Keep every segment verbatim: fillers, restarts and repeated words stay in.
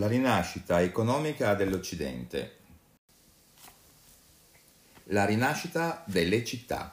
La rinascita economica dell'Occidente. La rinascita delle città.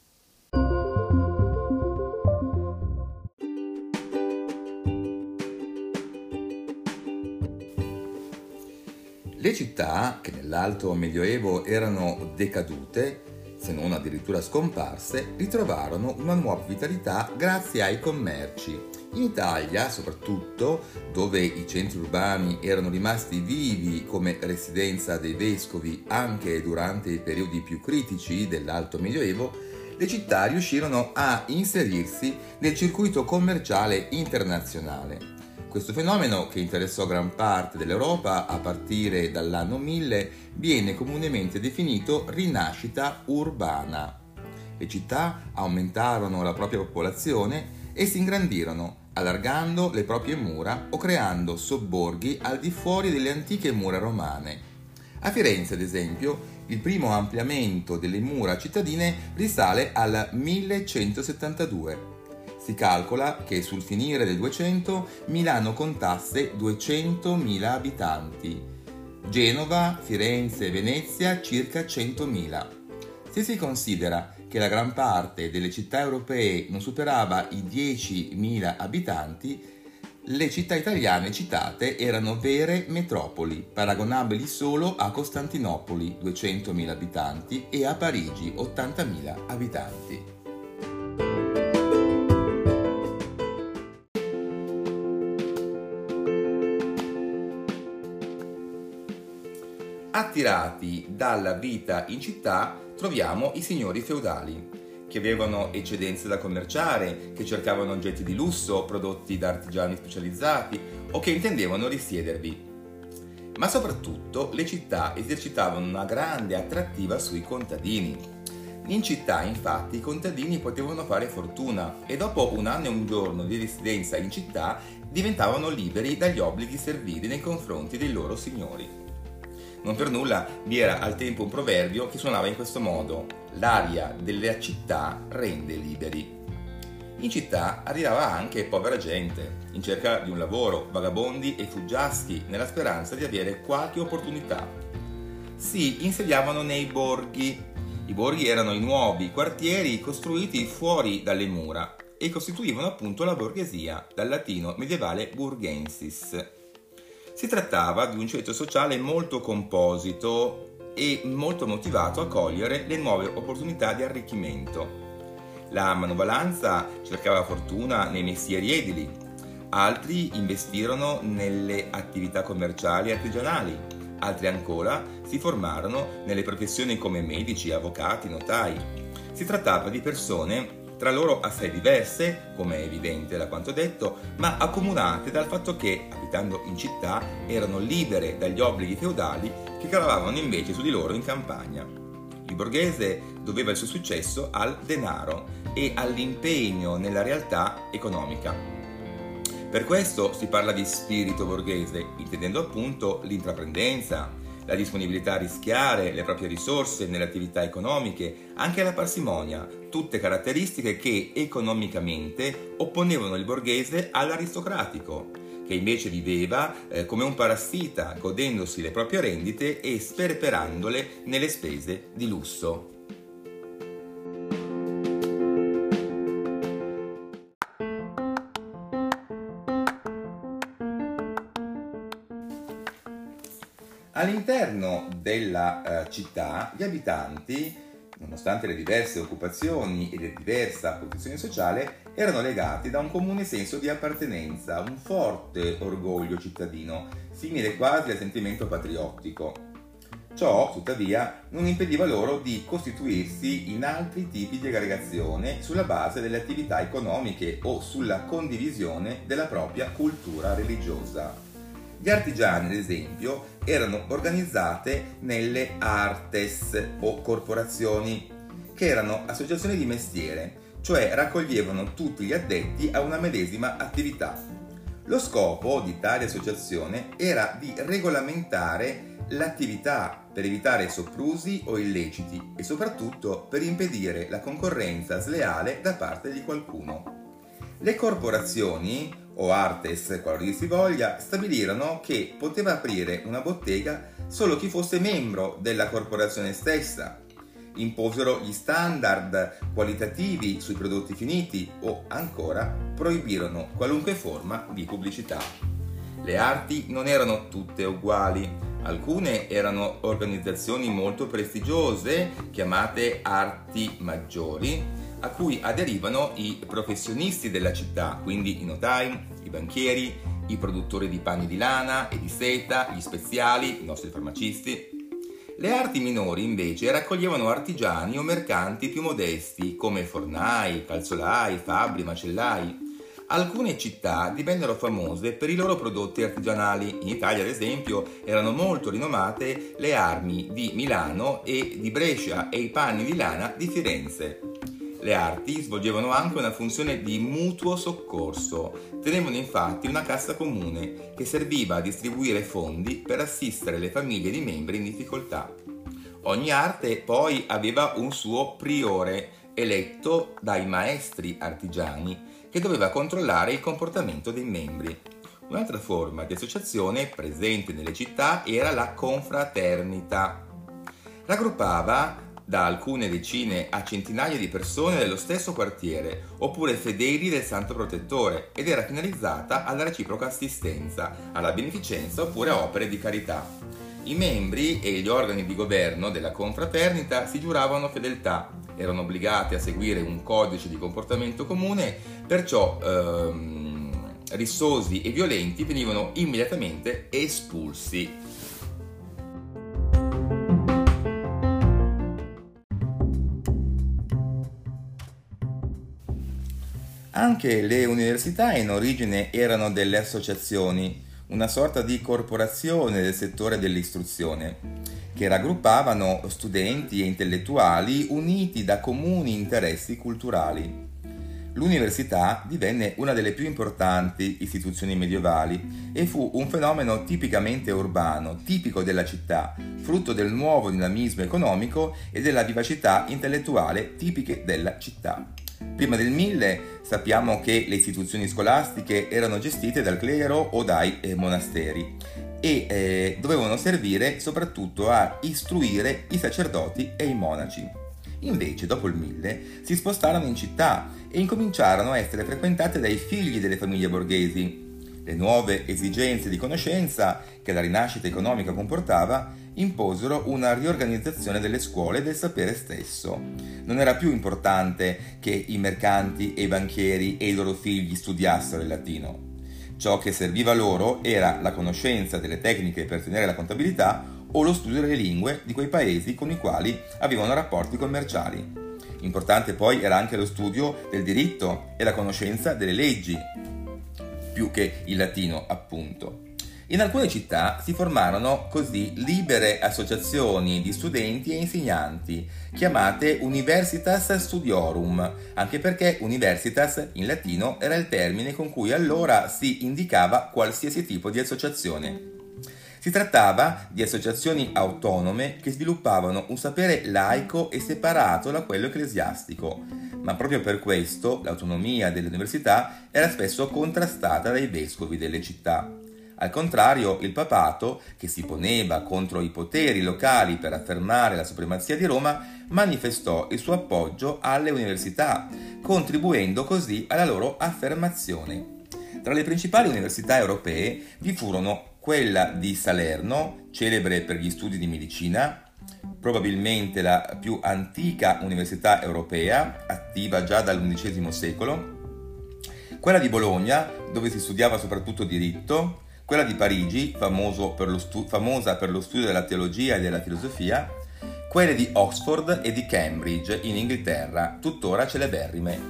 Le città, che nell'Alto Medioevo erano decadute, se non addirittura scomparse, ritrovarono una nuova vitalità grazie ai commerci. In Italia, soprattutto, dove i centri urbani erano rimasti vivi come residenza dei vescovi anche durante i periodi più critici dell'Alto Medioevo, le città riuscirono a inserirsi nel circuito commerciale internazionale. Questo fenomeno, che interessò gran parte dell'Europa a partire dall'anno mille, viene comunemente definito rinascita urbana. Le città aumentarono la propria popolazione e si ingrandirono, allargando le proprie mura o creando sobborghi al di fuori delle antiche mura romane. A Firenze, ad esempio, il primo ampliamento delle mura cittadine risale al millecentosettantadue. Si calcola che sul finire del duecento Milano contasse duecentomila abitanti, Genova, Firenze e Venezia circa centomila. Se si considera che la gran parte delle città europee non superava i diecimila abitanti, le città italiane citate erano vere metropoli, paragonabili solo a Costantinopoli, duecentomila abitanti, e a Parigi, ottantamila abitanti. Attirati dalla vita in città troviamo i signori feudali, che avevano eccedenze da commerciare, che cercavano oggetti di lusso prodotti da artigiani specializzati o che intendevano risiedervi. Ma soprattutto le città esercitavano una grande attrattiva sui contadini. In città, infatti, i contadini potevano fare fortuna e dopo un anno e un giorno di residenza in città diventavano liberi dagli obblighi servili nei confronti dei loro signori. Non per nulla vi era al tempo un proverbio che suonava in questo modo: l'aria della città rende liberi. In città arrivava anche povera gente, in cerca di un lavoro, vagabondi e fuggiaschi, nella speranza di avere qualche opportunità. Si insediavano nei borghi. I borghi erano i nuovi quartieri costruiti fuori dalle mura e costituivano appunto la borghesia, dal latino medievale burgensis. Si trattava di un ceto sociale molto composito e molto motivato a cogliere le nuove opportunità di arricchimento. La manovalanza cercava fortuna nei mestieri edili, altri investirono nelle attività commerciali e artigianali, altri ancora si formarono nelle professioni come medici, avvocati, notai. Si trattava di persone tra loro assai diverse, come è evidente da quanto detto, ma accomunate dal fatto che, abitando in città, erano libere dagli obblighi feudali che gravavano invece su di loro in campagna. Il borghese doveva il suo successo al denaro e all'impegno nella realtà economica. Per questo si parla di spirito borghese, intendendo appunto l'intraprendenza, la disponibilità a rischiare le proprie risorse nelle attività economiche, anche la parsimonia, tutte caratteristiche che economicamente opponevano il borghese all'aristocratico, che invece viveva eh, come un parassita, godendosi le proprie rendite e sperperandole nelle spese di lusso. All'interno della uh, città gli abitanti, nonostante le diverse occupazioni e la diversa posizione sociale, erano legati da un comune senso di appartenenza, un forte orgoglio cittadino, simile quasi al sentimento patriottico. Ciò, tuttavia, non impediva loro di costituirsi in altri tipi di aggregazione sulla base delle attività economiche o sulla condivisione della propria cultura religiosa. Gli artigiani, ad esempio, erano organizzate nelle artes o corporazioni, che erano associazioni di mestiere, cioè raccoglievano tutti gli addetti a una medesima attività. Lo scopo di tale associazione era di regolamentare l'attività per evitare soprusi o illeciti e soprattutto per impedire la concorrenza sleale da parte di qualcuno. Le corporazioni, o artes, qualora si voglia, stabilirono che poteva aprire una bottega solo chi fosse membro della corporazione stessa. Imposero gli standard qualitativi sui prodotti finiti o, ancora, proibirono qualunque forma di pubblicità. Le arti non erano tutte uguali. Alcune erano organizzazioni molto prestigiose, chiamate arti maggiori, a cui aderivano i professionisti della città, quindi i notai, i banchieri, i produttori di panni di lana e di seta, gli speziali, i nostri farmacisti. Le arti minori invece raccoglievano artigiani o mercanti più modesti come fornai, calzolai, fabbri, macellai. Alcune città divennero famose per i loro prodotti artigianali. In Italia, ad esempio, erano molto rinomate le armi di Milano e di Brescia e i panni di lana di Firenze. Le arti svolgevano anche una funzione di mutuo soccorso. Tenevano infatti una cassa comune che serviva a distribuire fondi per assistere le famiglie di membri in difficoltà. Ogni arte poi aveva un suo priore, eletto dai maestri artigiani, che doveva controllare il comportamento dei membri. Un'altra forma di associazione presente nelle città era la confraternita. Raggruppava da alcune decine a centinaia di persone dello stesso quartiere, oppure fedeli del Santo Protettore, ed era finalizzata alla reciproca assistenza, alla beneficenza oppure a opere di carità. I membri e gli organi di governo della confraternita si giuravano fedeltà, erano obbligati a seguire un codice di comportamento comune, perciò ehm, rissosi e violenti venivano immediatamente espulsi. Anche le università in origine erano delle associazioni, una sorta di corporazione del settore dell'istruzione, che raggruppavano studenti e intellettuali uniti da comuni interessi culturali. L'università divenne una delle più importanti istituzioni medievali e fu un fenomeno tipicamente urbano, tipico della città, frutto del nuovo dinamismo economico e della vivacità intellettuale tipiche della città. Prima del mille sappiamo che le istituzioni scolastiche erano gestite dal clero o dai eh, monasteri e eh, dovevano servire soprattutto a istruire i sacerdoti e i monaci. Invece, dopo il mille, si spostarono in città e incominciarono a essere frequentate dai figli delle famiglie borghesi. Le nuove esigenze di conoscenza che la rinascita economica comportava imposero una riorganizzazione delle scuole e del sapere stesso. Non era più importante che i mercanti e i banchieri e i loro figli studiassero il latino. Ciò che serviva loro era la conoscenza delle tecniche per tenere la contabilità o lo studio delle lingue di quei paesi con i quali avevano rapporti commerciali. Importante poi era anche lo studio del diritto e la conoscenza delle leggi, più che il latino, appunto. In alcune città si formarono così libere associazioni di studenti e insegnanti, chiamate Universitas Studiorum, anche perché Universitas in latino era il termine con cui allora si indicava qualsiasi tipo di associazione. Si trattava di associazioni autonome che sviluppavano un sapere laico e separato da quello ecclesiastico, ma proprio per questo l'autonomia delle università era spesso contrastata dai vescovi delle città. Al contrario, il papato, che si poneva contro i poteri locali per affermare la supremazia di Roma, manifestò il suo appoggio alle università, contribuendo così alla loro affermazione. Tra le principali università europee vi furono quella di Salerno, celebre per gli studi di medicina, probabilmente la più antica università europea, attiva già dall'undicesimo secolo, quella di Bologna, dove si studiava soprattutto diritto, quella di Parigi, famoso per lo stu- famosa per lo studio della teologia e della filosofia, quelle di Oxford e di Cambridge in Inghilterra, tuttora celeberrime.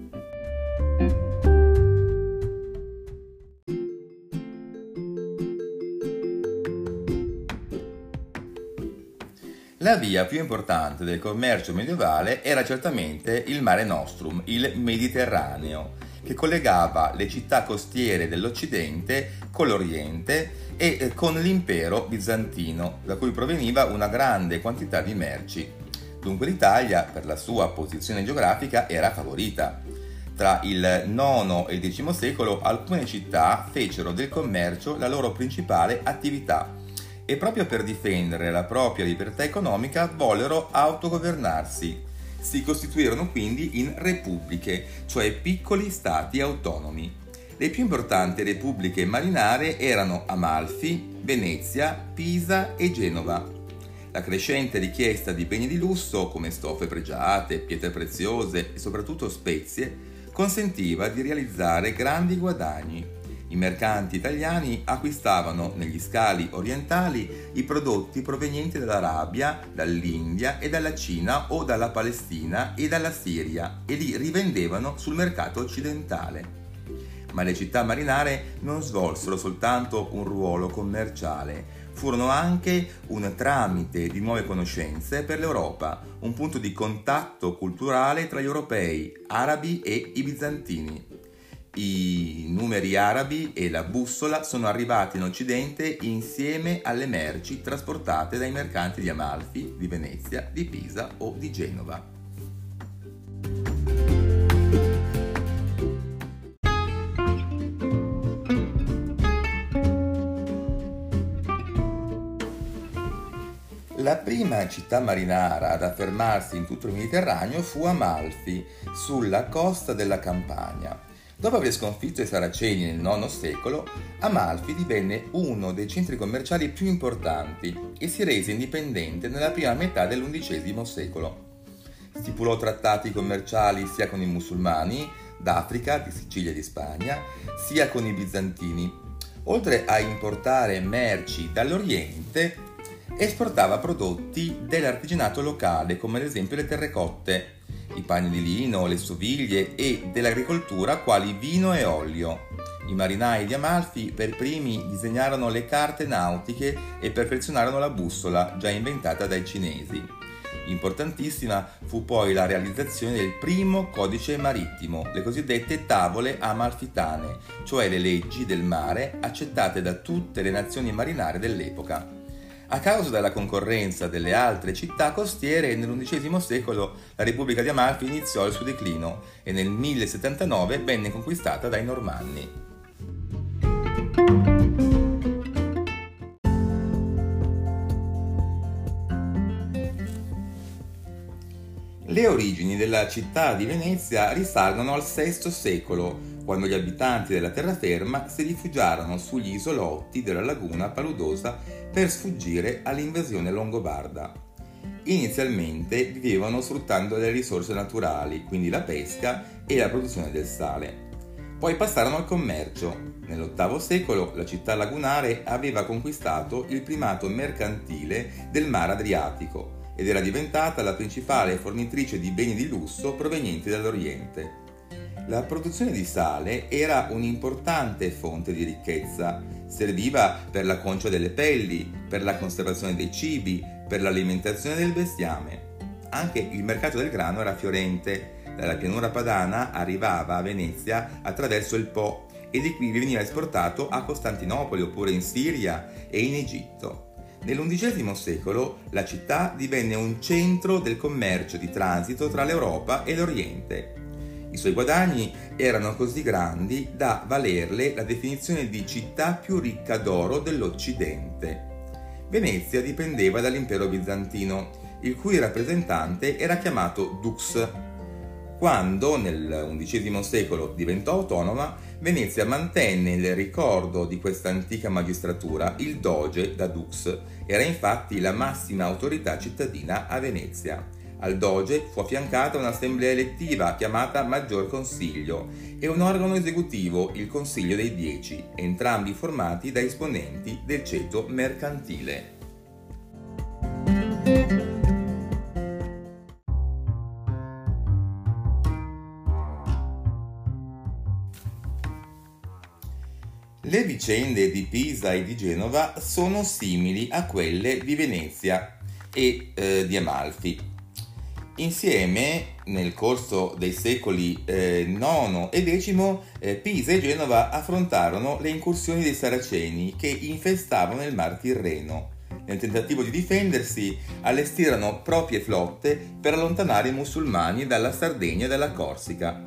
La via più importante del commercio medievale era certamente il Mare Nostrum, il Mediterraneo, che collegava le città costiere dell'Occidente con l'Oriente e con l'impero bizantino, da cui proveniva una grande quantità di merci. Dunque l'Italia, per la sua posizione geografica, era favorita. Tra il nono e il decimo secolo alcune città fecero del commercio la loro principale attività e proprio per difendere la propria libertà economica vollero autogovernarsi. Si costituirono quindi in repubbliche, cioè piccoli stati autonomi. Le più importanti repubbliche marinare erano Amalfi, Venezia, Pisa e Genova. La crescente richiesta di beni di lusso come stoffe pregiate, pietre preziose e soprattutto spezie consentiva di realizzare grandi guadagni. I mercanti italiani acquistavano negli scali orientali i prodotti provenienti dall'Arabia, dall'India e dalla Cina o dalla Palestina e dalla Siria e li rivendevano sul mercato occidentale. Ma le città marinare non svolsero soltanto un ruolo commerciale, furono anche un tramite di nuove conoscenze per l'Europa, un punto di contatto culturale tra gli europei, arabi e i bizantini. I numeri arabi e la bussola sono arrivati in Occidente insieme alle merci trasportate dai mercanti di Amalfi, di Venezia, di Pisa o di Genova. La prima città marinara ad affermarsi in tutto il Mediterraneo fu Amalfi, sulla costa della Campania. Dopo aver sconfitto i Saraceni nel nono secolo, Amalfi divenne uno dei centri commerciali più importanti e si rese indipendente nella prima metà dell'undicesimo secolo. Stipulò trattati commerciali sia con i musulmani d'Africa, di Sicilia e di Spagna, sia con i bizantini. Oltre a importare merci dall'Oriente, esportava prodotti dell'artigianato locale, come ad esempio le terrecotte, i panni di lino, le stoviglie e dell'agricoltura quali vino e olio. I marinai di Amalfi per primi disegnarono le carte nautiche e perfezionarono la bussola, già inventata dai cinesi. Importantissima fu poi la realizzazione del primo codice marittimo, le cosiddette tavole amalfitane, cioè le leggi del mare accettate da tutte le nazioni marinare dell'epoca. A causa della concorrenza delle altre città costiere, nell'undicesimo secolo la Repubblica di Amalfi iniziò il suo declino e nel millesettantanove venne conquistata dai Normanni. Le origini della città di Venezia risalgono al sesto secolo, quando gli abitanti della terraferma si rifugiarono sugli isolotti della laguna paludosa per sfuggire all'invasione longobarda. Inizialmente vivevano sfruttando le risorse naturali, quindi la pesca e la produzione del sale. Poi passarono al commercio. Nell'ottavo secolo la città lagunare aveva conquistato il primato mercantile del Mar Adriatico ed era diventata la principale fornitrice di beni di lusso provenienti dall'Oriente. La produzione di sale era un'importante fonte di ricchezza, serviva per la concia delle pelli, per la conservazione dei cibi, per l'alimentazione del bestiame. Anche il mercato del grano era fiorente, dalla pianura padana arrivava a Venezia attraverso il Po e di qui veniva esportato a Costantinopoli oppure in Siria e in Egitto. Nell'undicesimo secolo la città divenne un centro del commercio di transito tra l'Europa e l'Oriente. I suoi guadagni erano così grandi da valerle la definizione di città più ricca d'oro dell'Occidente. Venezia dipendeva dall'impero bizantino, il cui rappresentante era chiamato dux. Quando nel undicesimo secolo diventò autonoma, Venezia mantenne il ricordo di questa antica magistratura, il doge da dux. Era infatti la massima autorità cittadina a Venezia. Al doge fu affiancata un'assemblea elettiva chiamata Maggior Consiglio e un organo esecutivo, il Consiglio dei Dieci, entrambi formati da esponenti del ceto mercantile. Le vicende di Pisa e di Genova sono simili a quelle di Venezia e eh, di Amalfi. Insieme, nel corso dei secoli eh, nono e decimo, eh, Pisa e Genova affrontarono le incursioni dei Saraceni che infestavano il Mar Tirreno. Nel tentativo di difendersi, allestirono proprie flotte per allontanare i musulmani dalla Sardegna e dalla Corsica.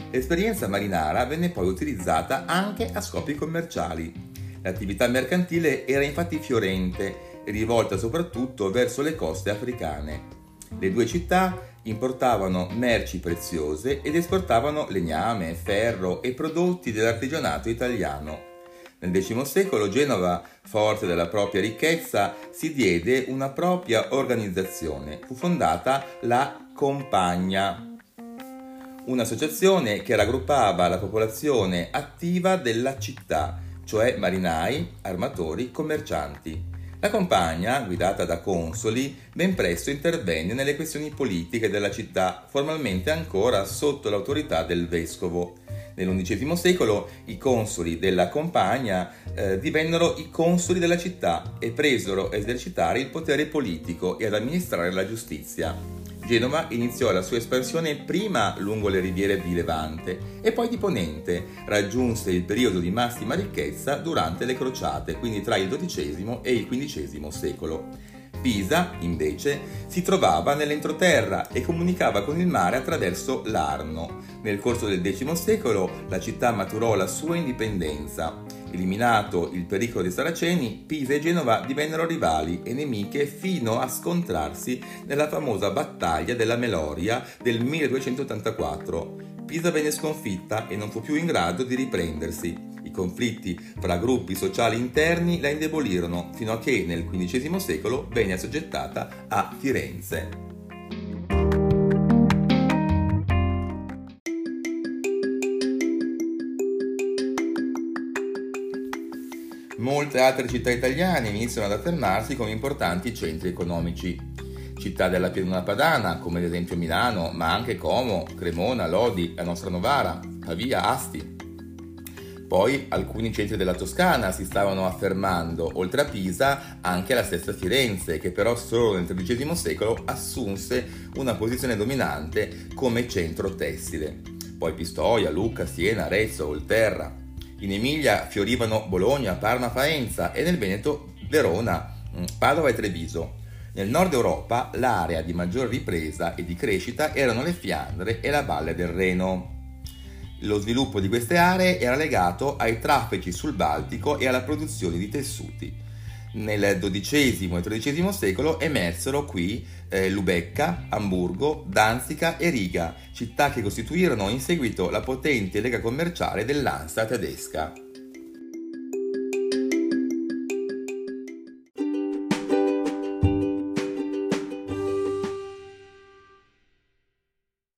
L'esperienza marinara venne poi utilizzata anche a scopi commerciali. L'attività mercantile era infatti fiorente e rivolta soprattutto verso le coste africane. Le due città importavano merci preziose ed esportavano legname, ferro e prodotti dell'artigianato italiano. Nel X secolo Genova, forte della propria ricchezza, si diede una propria organizzazione. Fu fondata la Compagna, un'associazione che raggruppava la popolazione attiva della città, cioè marinai, armatori, commercianti. La Compagna, guidata da consoli, ben presto intervenne nelle questioni politiche della città, formalmente ancora sotto l'autorità del vescovo. Nell'undicesimo secolo i consoli della Compagna eh, divennero i consoli della città e presero a esercitare il potere politico e ad amministrare la giustizia. Genova iniziò la sua espansione prima lungo le riviere di Levante e poi di Ponente. Raggiunse il periodo di massima ricchezza durante le crociate, quindi tra il dodicesimo e il quindicesimo secolo. Pisa, invece, si trovava nell'entroterra e comunicava con il mare attraverso l'Arno. Nel corso del X secolo la città maturò la sua indipendenza. Eliminato il pericolo dei Saraceni, Pisa e Genova divennero rivali e nemiche fino a scontrarsi nella famosa battaglia della Meloria del milleduecentottantaquattro. Pisa venne sconfitta e non fu più in grado di riprendersi. I conflitti fra gruppi sociali interni la indebolirono fino a che nel quindicesimo secolo venne assoggettata a Firenze. Molte altre città italiane iniziano ad affermarsi come importanti centri economici. Città della pianura padana, come ad esempio Milano, ma anche Como, Cremona, Lodi, la nostra Novara, Pavia, Asti. Poi alcuni centri della Toscana si stavano affermando, oltre a Pisa, anche la stessa Firenze, che però solo nel tredicesimo secolo assunse una posizione dominante come centro tessile. Poi Pistoia, Lucca, Siena, Arezzo, Olterra. In Emilia fiorivano Bologna, Parma, Faenza e nel Veneto Verona, Padova e Treviso. Nel nord Europa l'area di maggior ripresa e di crescita erano le Fiandre e la Valle del Reno. Lo sviluppo di queste aree era legato ai traffici sul Baltico e alla produzione di tessuti. Nel dodicesimo e tredicesimo secolo emersero qui eh, Lubecca, Amburgo, Danzica e Riga, città che costituirono in seguito la potente lega commerciale dell'Ansa tedesca.